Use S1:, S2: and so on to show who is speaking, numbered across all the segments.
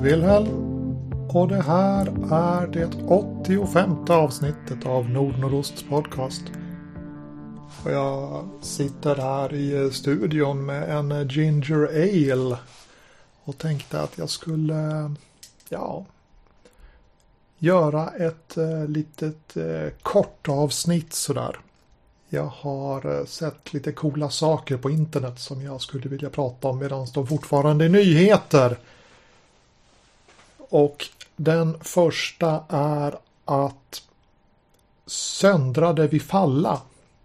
S1: Wilhelm och det här är det 85:e avsnittet av Nordnordosts podcast. Och jag sitter här i studion med en ginger ale och tänkte att jag skulle göra ett litet kort avsnitt sådär. Jag har sett lite coola saker på internet som jag skulle vilja prata om medan de fortfarande är nyheter. Och den första är att söndrade vi falla.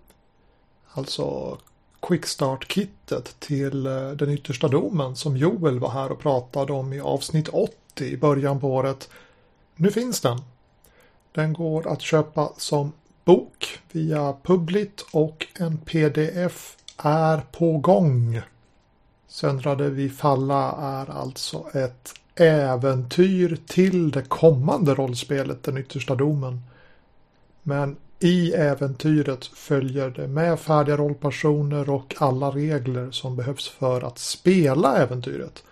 S1: Alltså Quickstart-kittet till den yttersta domen som Joel var här och pratade om i avsnitt 80 i början på året. Nu finns den. Den går att köpa som bok via Publit och en pdf är på gång. Söndrade vi falla är alltså ett äventyr till det kommande rollspelet Den yttersta domen. Men i äventyret följer det med färdiga rollpersoner och alla regler som behövs för att spela äventyret.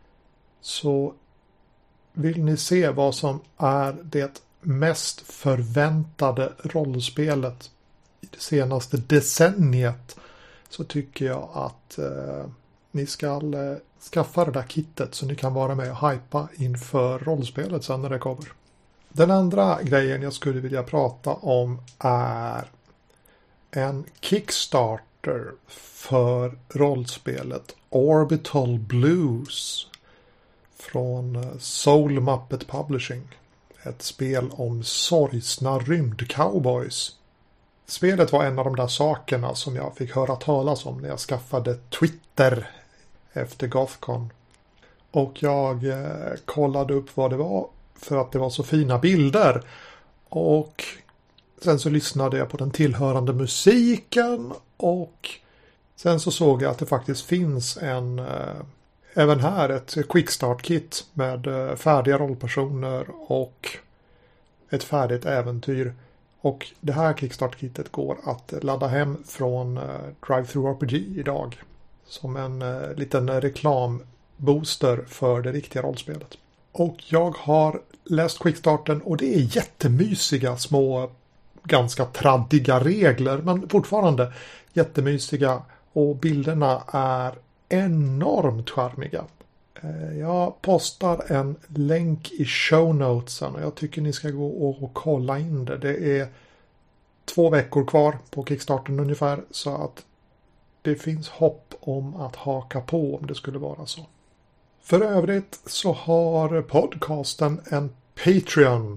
S1: Så vill ni se vad som är det mest förväntade rollspelet i det senaste decenniet så tycker jag att ni ska skaffa det där kittet så ni kan vara med och hypa inför rollspelet sen när det kommer. Den andra grejen jag skulle vilja prata om är en Kickstarter för rollspelet Orbital Blues från Soul Muppet Publishing. Ett spel om sorgsna rymdcowboys. Spelet var en av de där sakerna som jag fick höra talas om när jag skaffade Twitter efter Gothcon. Och jag kollade upp vad det var för att det var så fina bilder. Och sen så lyssnade jag på den tillhörande musiken och sen så såg jag att det faktiskt finns även här ett Quickstart-kit med färdiga rollpersoner och ett färdigt äventyr. Och det här Kickstart-kittet går att ladda hem från DriveThruRPG idag. Som en liten reklambooster för det riktiga rollspelet. Och jag har läst Quickstarten och det är jättemysiga små, ganska traddiga regler. Men fortfarande jättemysiga och bilderna är enormt charmiga. Jag postar en länk i show notesen och jag tycker ni ska gå och kolla in det. Det är 2 veckor kvar på Kickstarten ungefär så att det finns hopp om att haka på om det skulle vara så. För övrigt så har podcasten en Patreon.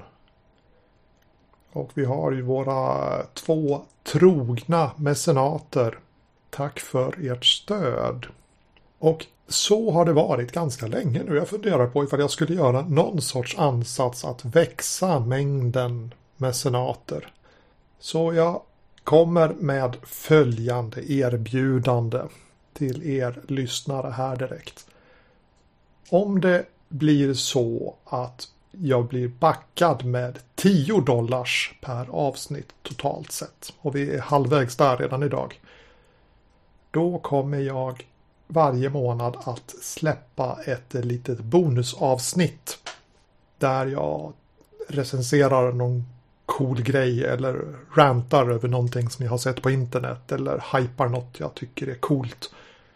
S1: Och vi har ju våra 2 trogna mecenater. Tack för ert stöd. Och så har det varit ganska länge nu. Jag funderar på ifall jag skulle göra någon sorts ansats att växa mängden mecenater. Så jag kommer med följande erbjudande till er lyssnare här direkt. Om det blir så att jag blir backad med $10 per avsnitt totalt sett. Och vi är halvvägs där redan idag. Då kommer jag varje månad att släppa ett litet bonusavsnitt. Där jag recenserar någon cool grej eller rantar över någonting som jag har sett på internet. Eller hypar något jag tycker är coolt.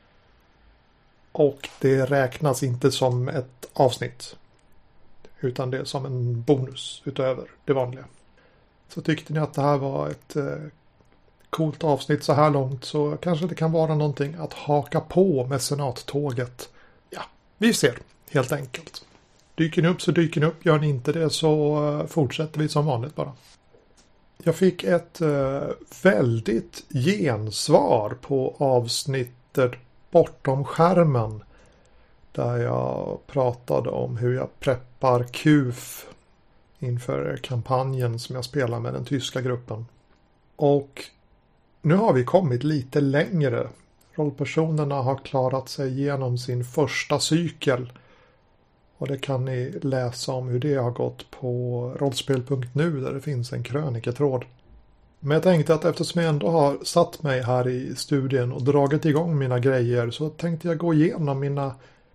S1: Och det räknas inte som ett avsnitt. Utan det är som en bonus utöver det vanliga. Så tyckte ni att det här var ett coolt avsnitt så här långt så kanske det kan vara någonting att haka på med senattåget. Ja, vi ser helt enkelt. Dyker ni upp så dyker ni upp. Gör ni inte det så fortsätter vi som vanligt bara. Jag fick ett väldigt gensvar på avsnittet Bortom skärmen. Där jag pratade om hur jag preppar KUF inför kampanjen som jag spelar med den tyska gruppen. Och nu har vi kommit lite längre. Rollpersonerna har klarat sig igenom sin första cykel. Och det kan ni läsa om hur det har gått på rollspel.nu där det finns en kröniketråd. Men jag tänkte att eftersom jag ändå har satt mig här i studien och dragit igång mina grejer så tänkte jag gå igenom mina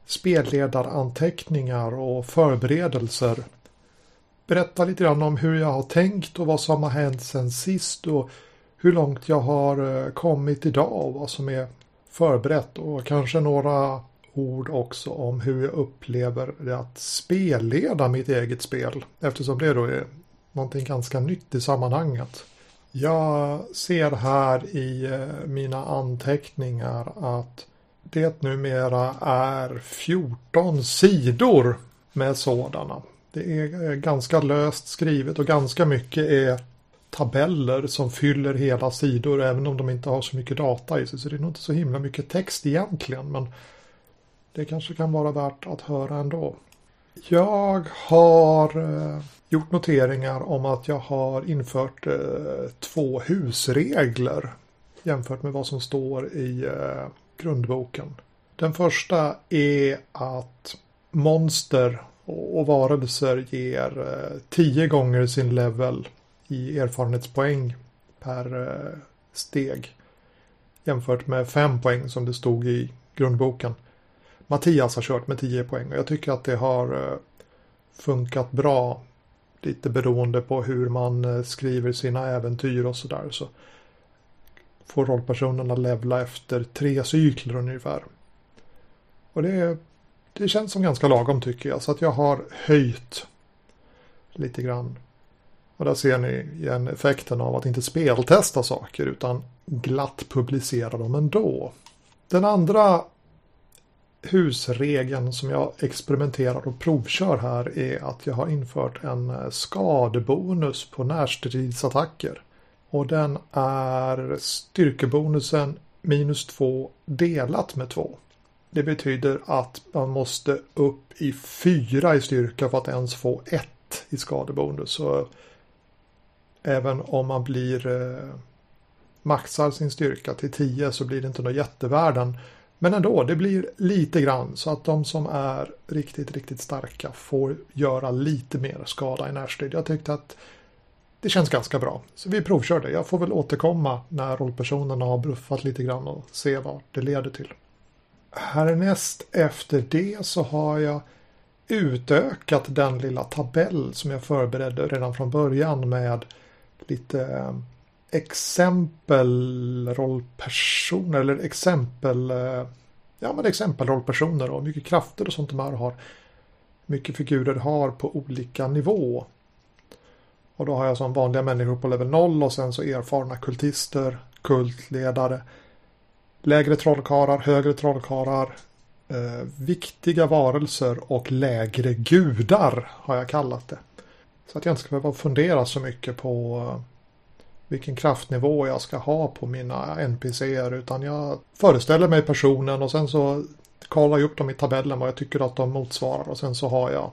S1: spelledaranteckningar och förberedelser. Berätta lite grann om hur jag har tänkt och vad som har hänt sen sist och hur långt jag har kommit idag och vad som är förberett och kanske några ord också om hur jag upplever det att spelleda mitt eget spel eftersom det då är någonting ganska nytt i sammanhanget. Jag ser här i mina anteckningar att det numera är 14 sidor med sådana. Det är ganska löst skrivet och ganska mycket är tabeller som fyller hela sidor även om de inte har så mycket data i sig. Så det är nog inte så himla mycket text egentligen, men det kanske kan vara värt att höra ändå. Jag har gjort noteringar om att jag har infört 2 husregler jämfört med vad som står i grundboken. Den första är att monster och varelser ger 10 gånger sin level i erfarenhetspoäng per steg jämfört med 5 poäng som det stod i grundboken. Mattias har kört med 10 poäng och jag tycker att det har funkat bra lite beroende på hur man skriver sina äventyr och sådär, så får rollpersonerna levla efter 3 cykler ungefär. Och det känns som ganska lagom tycker jag, så att jag har höjt lite grann. Och där ser ni igen effekten av att inte speltesta saker utan glatt publicera dem ändå. Den andra husregeln som jag experimenterar och provkör här är att jag har infört en skadebonus på närstridsattacker. Och den är styrkebonusen -2 delat med 2. Det betyder att man måste upp i 4 i styrka för att ens få 1 i skadebonus. Så även om man maxar sin styrka till 10 så blir det inte något jättevärden. Men ändå, det blir lite grann så att de som är riktigt, riktigt starka får göra lite mer skada i närstrid. Jag tyckte att det känns ganska bra. Så vi provkörde. Jag får väl återkomma när rollpersonerna har bruffat lite grann och se vad det leder till. Härnäst efter det så har jag utökat den lilla tabell som jag förberedde redan från början med lite exempelrollpersoner eller exempelrollpersoner och mycket krafter och sånt de här har. Mycket figurer har på olika nivå. Och då har jag som vanliga människor på level 0 och sen så erfarna kultister, kultledare, lägre trollkarlar, högre trollkarlar, viktiga varelser och lägre gudar har jag kallat det. Så att jag inte ska behöva fundera så mycket på vilken kraftnivå jag ska ha på mina NPCer, utan jag föreställer mig personen och sen så kollar jag upp dem i tabellen vad jag tycker att de motsvarar och sen så har jag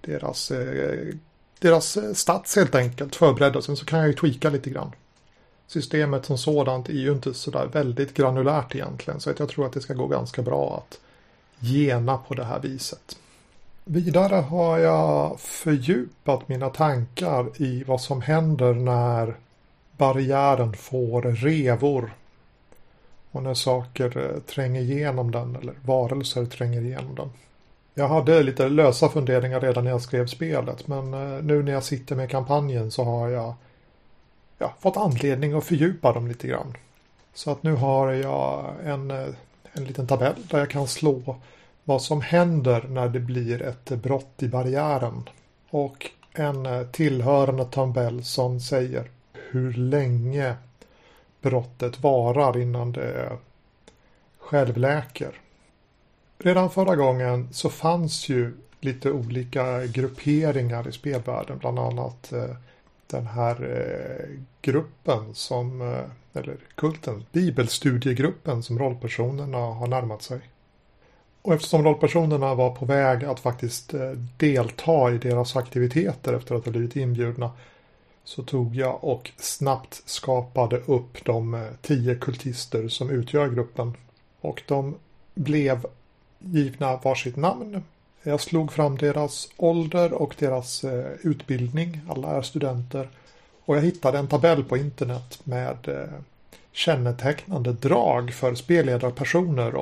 S1: deras stats helt enkelt förberedda och sen så kan jag ju tweaka lite grann. Systemet som sådant är ju inte sådär väldigt granulärt egentligen, så att jag tror att det ska gå ganska bra att gena på det här viset. Vidare har jag fördjupat mina tankar i vad som händer när barriären får revor och när saker tränger igenom den eller varelser tränger igenom den. Jag hade lite lösa funderingar redan när jag skrev spelet, men nu när jag sitter med kampanjen så har jag fått anledning att fördjupa dem lite grann. Så att nu har jag en liten tabell där jag kan slå vad som händer när det blir ett brott i barriären. Och en tillhörande tabell som säger hur länge brottet varar innan det självläker. Redan förra gången så fanns ju lite olika grupperingar i spelvärlden, bland annat den här gruppen eller kulten, bibelstudiegruppen som rollpersonerna har närmat sig. Och eftersom rollpersonerna var på väg att faktiskt delta i deras aktiviteter efter att ha blivit inbjudna, så tog jag och snabbt skapade upp de 10 kultister som utgör gruppen. Och de blev givna varsitt namn. Jag slog fram deras ålder och deras utbildning. Alla är studenter. Och jag hittade en tabell på internet med kännetecknande drag för spelledarpersoner. Och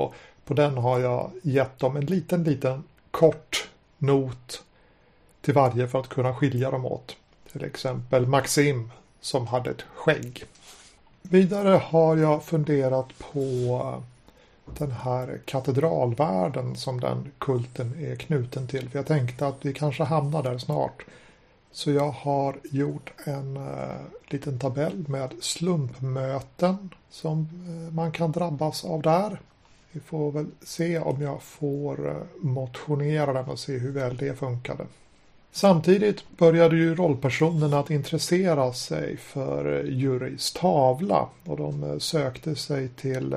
S1: På den har jag gett dem en liten kort not till varje för att kunna skilja dem åt. Till exempel Maxim som hade ett skägg. Vidare har jag funderat på den här katedralvärlden som den kulten är knuten till. För jag tänkte att vi kanske hamnar där snart. Så jag har gjort en liten tabell med slumpmöten som man kan drabbas av där. Vi får väl se om jag får motionera den och se hur väl det funkade. Samtidigt började ju rollpersonerna att intressera sig för Jurys tavla och de sökte sig till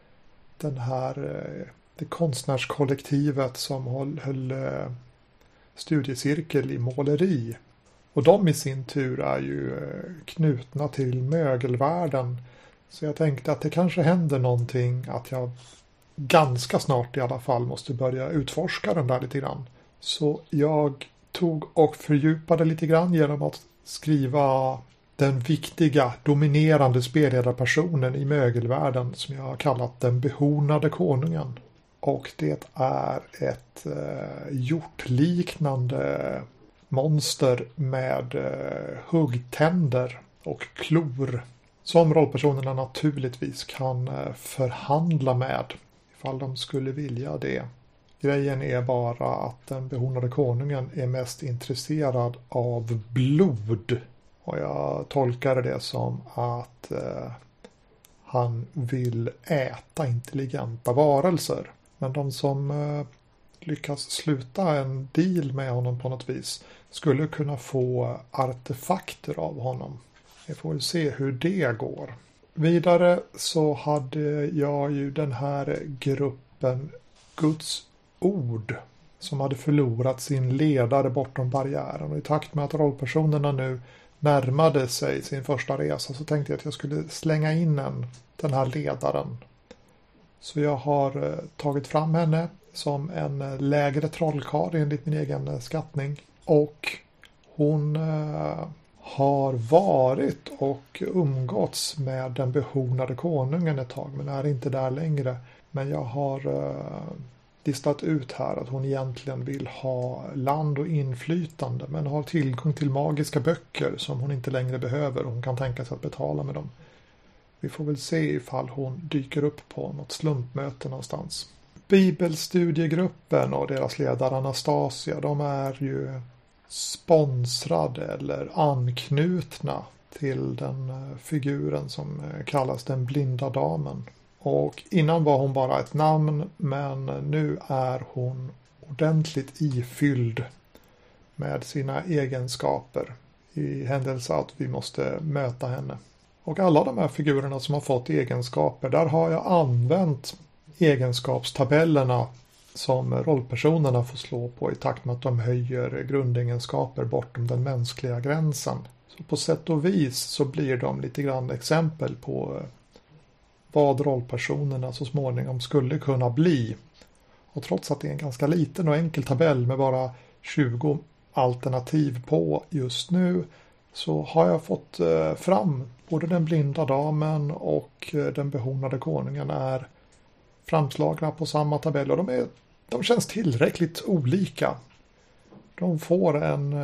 S1: det konstnärskollektivet som höll studiecirkel i måleri. Och de i sin tur är ju knutna till mögelvärlden. Så jag tänkte att det kanske händer någonting, att jag ganska snart i alla fall måste börja utforska den där lite grann. Så jag tog och fördjupade lite grann genom att skriva den viktiga, dominerande spelledarpersonen i mögelvärlden som jag har kallat den behornade konungen. Och det är ett hjortliknande monster med huggtänder och klor som rollpersonerna naturligtvis kan förhandla med ifall de skulle vilja det. Grejen är bara att den behornade konungen är mest intresserad av blod. Och jag tolkar det som att han vill äta intelligenta varelser. Men de som lyckas sluta en deal med honom på något vis skulle kunna få artefakter av honom. Vi får väl se hur det går. Vidare så hade jag ju den här gruppen Guds ord som hade förlorat sin ledare bortom barriären. Och i takt med att rollpersonerna nu närmade sig sin första resa så tänkte jag att jag skulle slänga in den här ledaren. Så jag har tagit fram henne som en lägre trollkarl enligt min egen skattning. Och hon har varit och umgåtts med den behornade konungen ett tag men är inte där längre. Men jag har listat ut här att hon egentligen vill ha land och inflytande men har tillgång till magiska böcker som hon inte längre behöver och hon kan tänka sig att betala med dem. Vi får väl se ifall hon dyker upp på något slumpmöte någonstans. Bibelstudiegruppen och deras ledare Anastasia, de är ju sponsrade eller anknutna till den figuren som kallas den blinda damen. Och innan var hon bara ett namn men nu är hon ordentligt ifylld med sina egenskaper i händelse att vi måste möta henne. Och alla de här figurerna som har fått egenskaper, där har jag använt egenskapstabellerna som rollpersonerna får slå på i takt med att de höjer grundegenskaper bortom den mänskliga gränsen. Så på sätt och vis så blir de lite grann exempel på vad rollpersonerna så småningom skulle kunna bli. Och trots att det är en ganska liten och enkel tabell med bara 20 alternativ på just nu så har jag fått fram både den blinda damen och den behornade konungen är framslagna på samma tabell och de känns tillräckligt olika. De får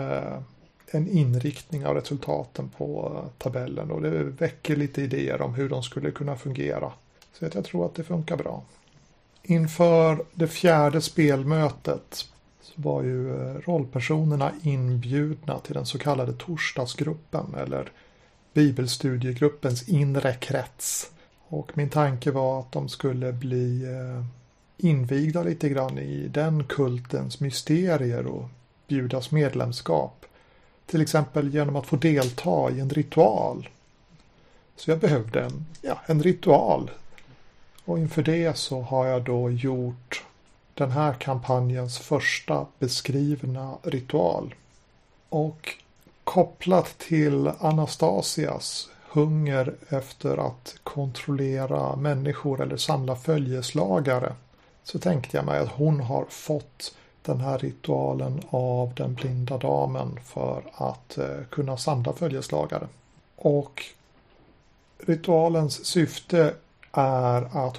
S1: en inriktning av resultaten på tabellen och det väcker lite idéer om hur de skulle kunna fungera. Så att jag tror att det funkar bra. Inför det 4:e spelmötet så var ju rollpersonerna inbjudna till den så kallade torsdagsgruppen eller bibelstudiegruppens inre krets. Och min tanke var att de skulle bli invigda lite grann i den kultens mysterier och bjudas medlemskap. Till exempel genom att få delta i en ritual. Så jag behövde en ritual. Och inför det så har jag då gjort den här kampanjens första beskrivna ritual. Och kopplat till Anastasias hunger efter att kontrollera människor eller samla följeslagare så tänkte jag mig att hon har fått den här ritualen av den blinda damen för att kunna samla följeslagare. Och ritualens syfte är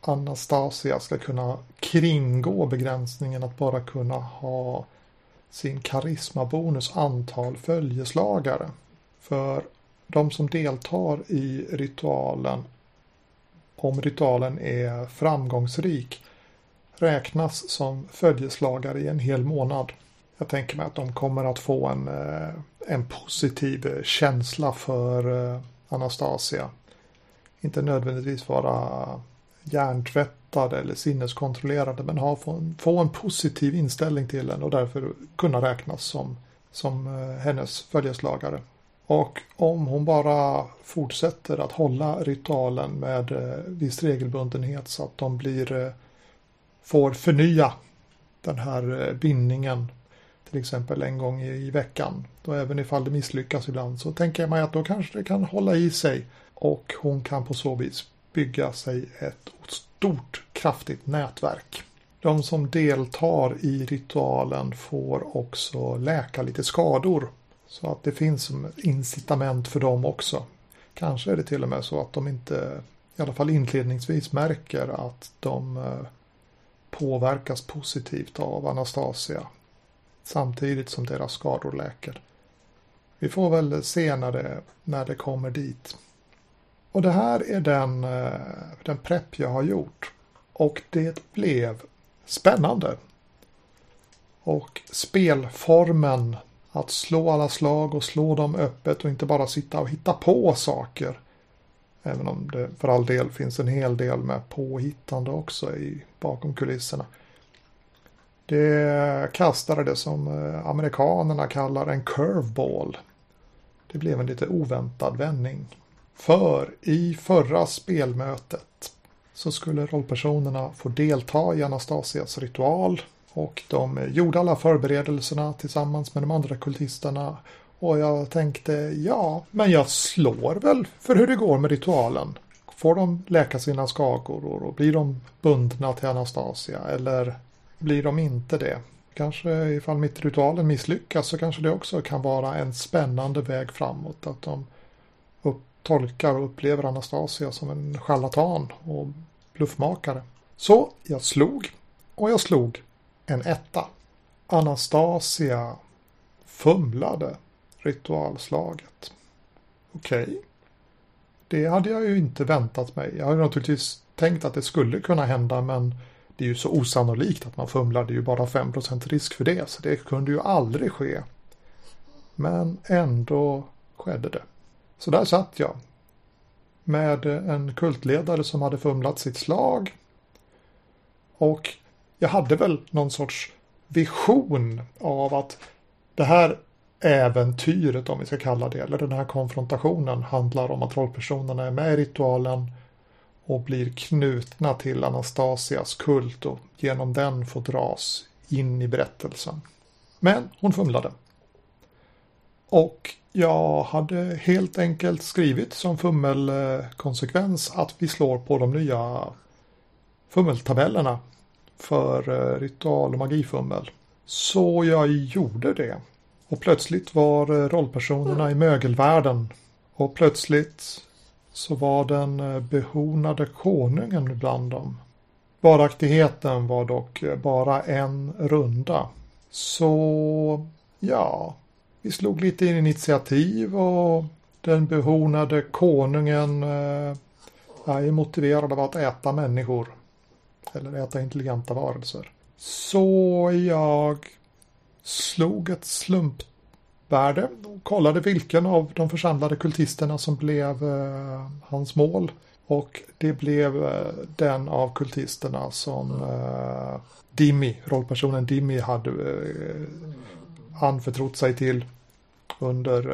S1: Anastasia ska kunna kringgå begränsningen att bara kunna ha sin karismabonus antal följeslagare. För de som deltar i ritualen, om ritualen är framgångsrik, räknas som följeslagare i en hel månad. Jag tänker mig att de kommer att få en positiv känsla för Anastasia. Inte nödvändigtvis vara hjärntvättade eller sinneskontrollerade, men få en positiv inställning till den och därför kunna räknas som hennes följeslagare. Och om hon bara fortsätter att hålla ritualen med viss regelbundenhet så att de får förnya den här bindningen till exempel en gång i veckan. Då även ifall det misslyckas ibland så tänker jag mig att då kanske det kan hålla i sig och hon kan på så vis bygga sig ett stort kraftigt nätverk. De som deltar i ritualen får också läka lite skador så att det finns incitament för dem också. Kanske är det till och med så att de inte, i alla fall inledningsvis, märker att de påverkas positivt av Anastasia samtidigt som deras skador läker. Vi får väl se när det kommer dit. Och det här är den prepp jag har gjort. Och det blev spännande. Och spelformen, att slå alla slag och slå dem öppet och inte bara sitta och hitta på saker. Även om det för all del finns en hel del med påhittande också bakom kulisserna. Det kastade det som amerikanerna kallar en curveball. Det blev en lite oväntad vändning. För i förra spelmötet så skulle rollpersonerna få delta i Anastasias ritual. Och de gjorde alla förberedelserna tillsammans med de andra kultisterna. Och jag tänkte, ja, men jag slår väl för hur det går med ritualen. Får de läka sina skador och blir de bundna till Anastasia eller blir de inte det? Kanske ifall mitt ritualen misslyckas så kanske det också kan vara en spännande väg framåt. Att de tolkar och upplever Anastasia som en charlatan och bluffmakare. Så jag slog och jag slog en 1. Anastasia fumlade ritualslaget. Okej. Det hade jag ju inte väntat mig. Jag hade naturligtvis tänkt att det skulle kunna hända, men det är ju så osannolikt att man fumlar. Det är ju bara 5% risk för det, så det kunde ju aldrig ske. Men ändå skedde det. Så där satt jag med en kultledare som hade fumlat sitt slag. Och jag hade väl någon sorts vision av att det här äventyret, om vi ska kalla det, eller den här konfrontationen handlar om att rollpersonerna är med i ritualen och blir knutna till Anastasias kult och genom den får dras in i berättelsen. Men hon fumlade. Och jag hade helt enkelt skrivit som fummelkonsekvens att vi slår på de nya fummeltabellerna för ritual- och magifummel. Så jag gjorde det. Och plötsligt var rollpersonerna i mögelvärlden. Och plötsligt så var den behornade konungen bland dem. Varaktigheten var dock bara en runda. Så ja, vi slog lite initiativ och den behornade konungen är motiverad av att äta människor. Eller äta intelligenta varelser. Så jag slog ett slumpvärde och kollade vilken av de församlade kultisterna som blev hans mål. Och det blev den av kultisterna som Dimmy, rollpersonen Dimmy, hade anförtrott sig till under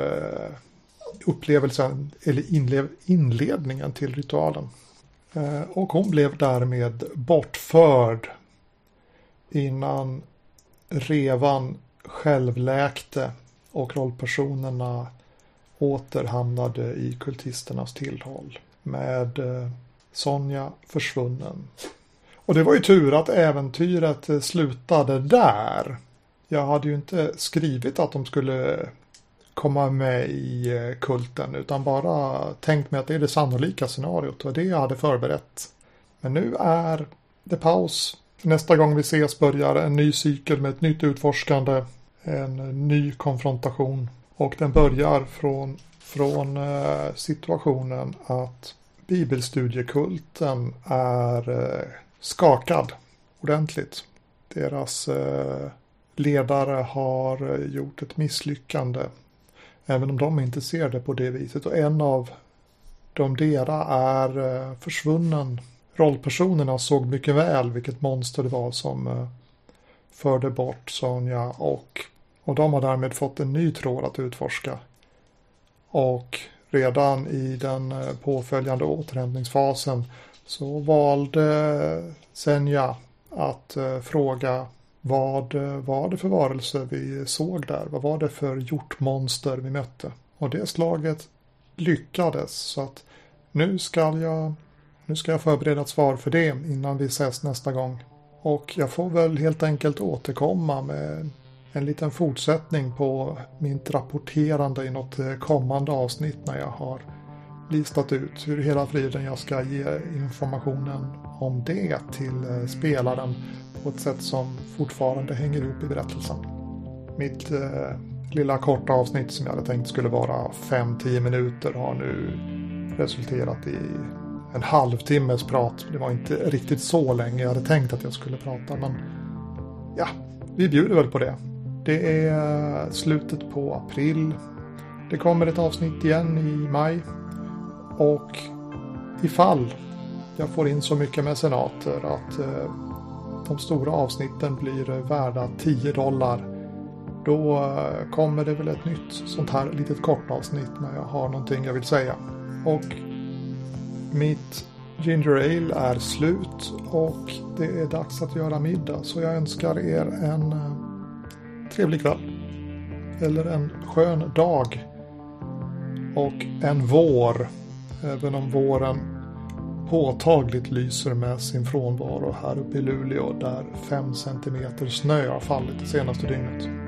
S1: upplevelsen eller inledningen till ritualen. Och hon blev därmed bortförd innan revan självläkte och rollpersonerna återhamnade i kultisternas tillhåll med Sonja försvunnen. Och det var ju tur att äventyret slutade där. Jag hade ju inte skrivit att de skulle komma med i kulten utan bara tänkt mig att det är det sannolika scenariot och det jag hade förberett. Men nu är det paus. Nästa gång vi ses börjar en ny cykel med ett nytt utforskande, en ny konfrontation. Och den börjar från situationen att bibelstudiekulten är skakad ordentligt. Deras ledare har gjort ett misslyckande, även om de inte ser det på det viset. Och en av dera är försvunnen. Rollpersonerna såg mycket väl vilket monster det var som förde bort Sonja, och de har därmed fått en ny tråd att utforska. Och redan i den påföljande återhämtningsfasen så valde Senja att fråga vad var det för varelse vi såg där? Vad var det för hjortmonster vi mötte? Och det slaget lyckades, så att nu ska jag förbereda ett svar för det innan vi ses nästa gång. Och jag får väl helt enkelt återkomma med en liten fortsättning på mitt rapporterande i något kommande avsnitt när jag har listat ut hur hela friden jag ska ge informationen om det till spelaren på ett sätt som fortfarande hänger ihop i berättelsen. Mitt lilla korta avsnitt som jag hade tänkt skulle vara 5-10 minuter har nu resulterat i en halvtimmes prat. Det var inte riktigt så länge jag hade tänkt att jag skulle prata, men ja, vi bjuder väl på det. Det är slutet på april. Det kommer ett avsnitt igen i maj. Och ifall jag får in så mycket mecenater att de stora avsnitten blir värda $10, då kommer det väl ett nytt sånt här litet kort avsnitt när jag har någonting jag vill säga. Och mitt ginger ale är slut och det är dags att göra middag, så jag önskar er en trevlig kväll eller en skön dag och en vår, även om våren påtagligt lyser med sin frånvaro här uppe i Luleå där 5 centimeter snö har fallit det senaste dygnet.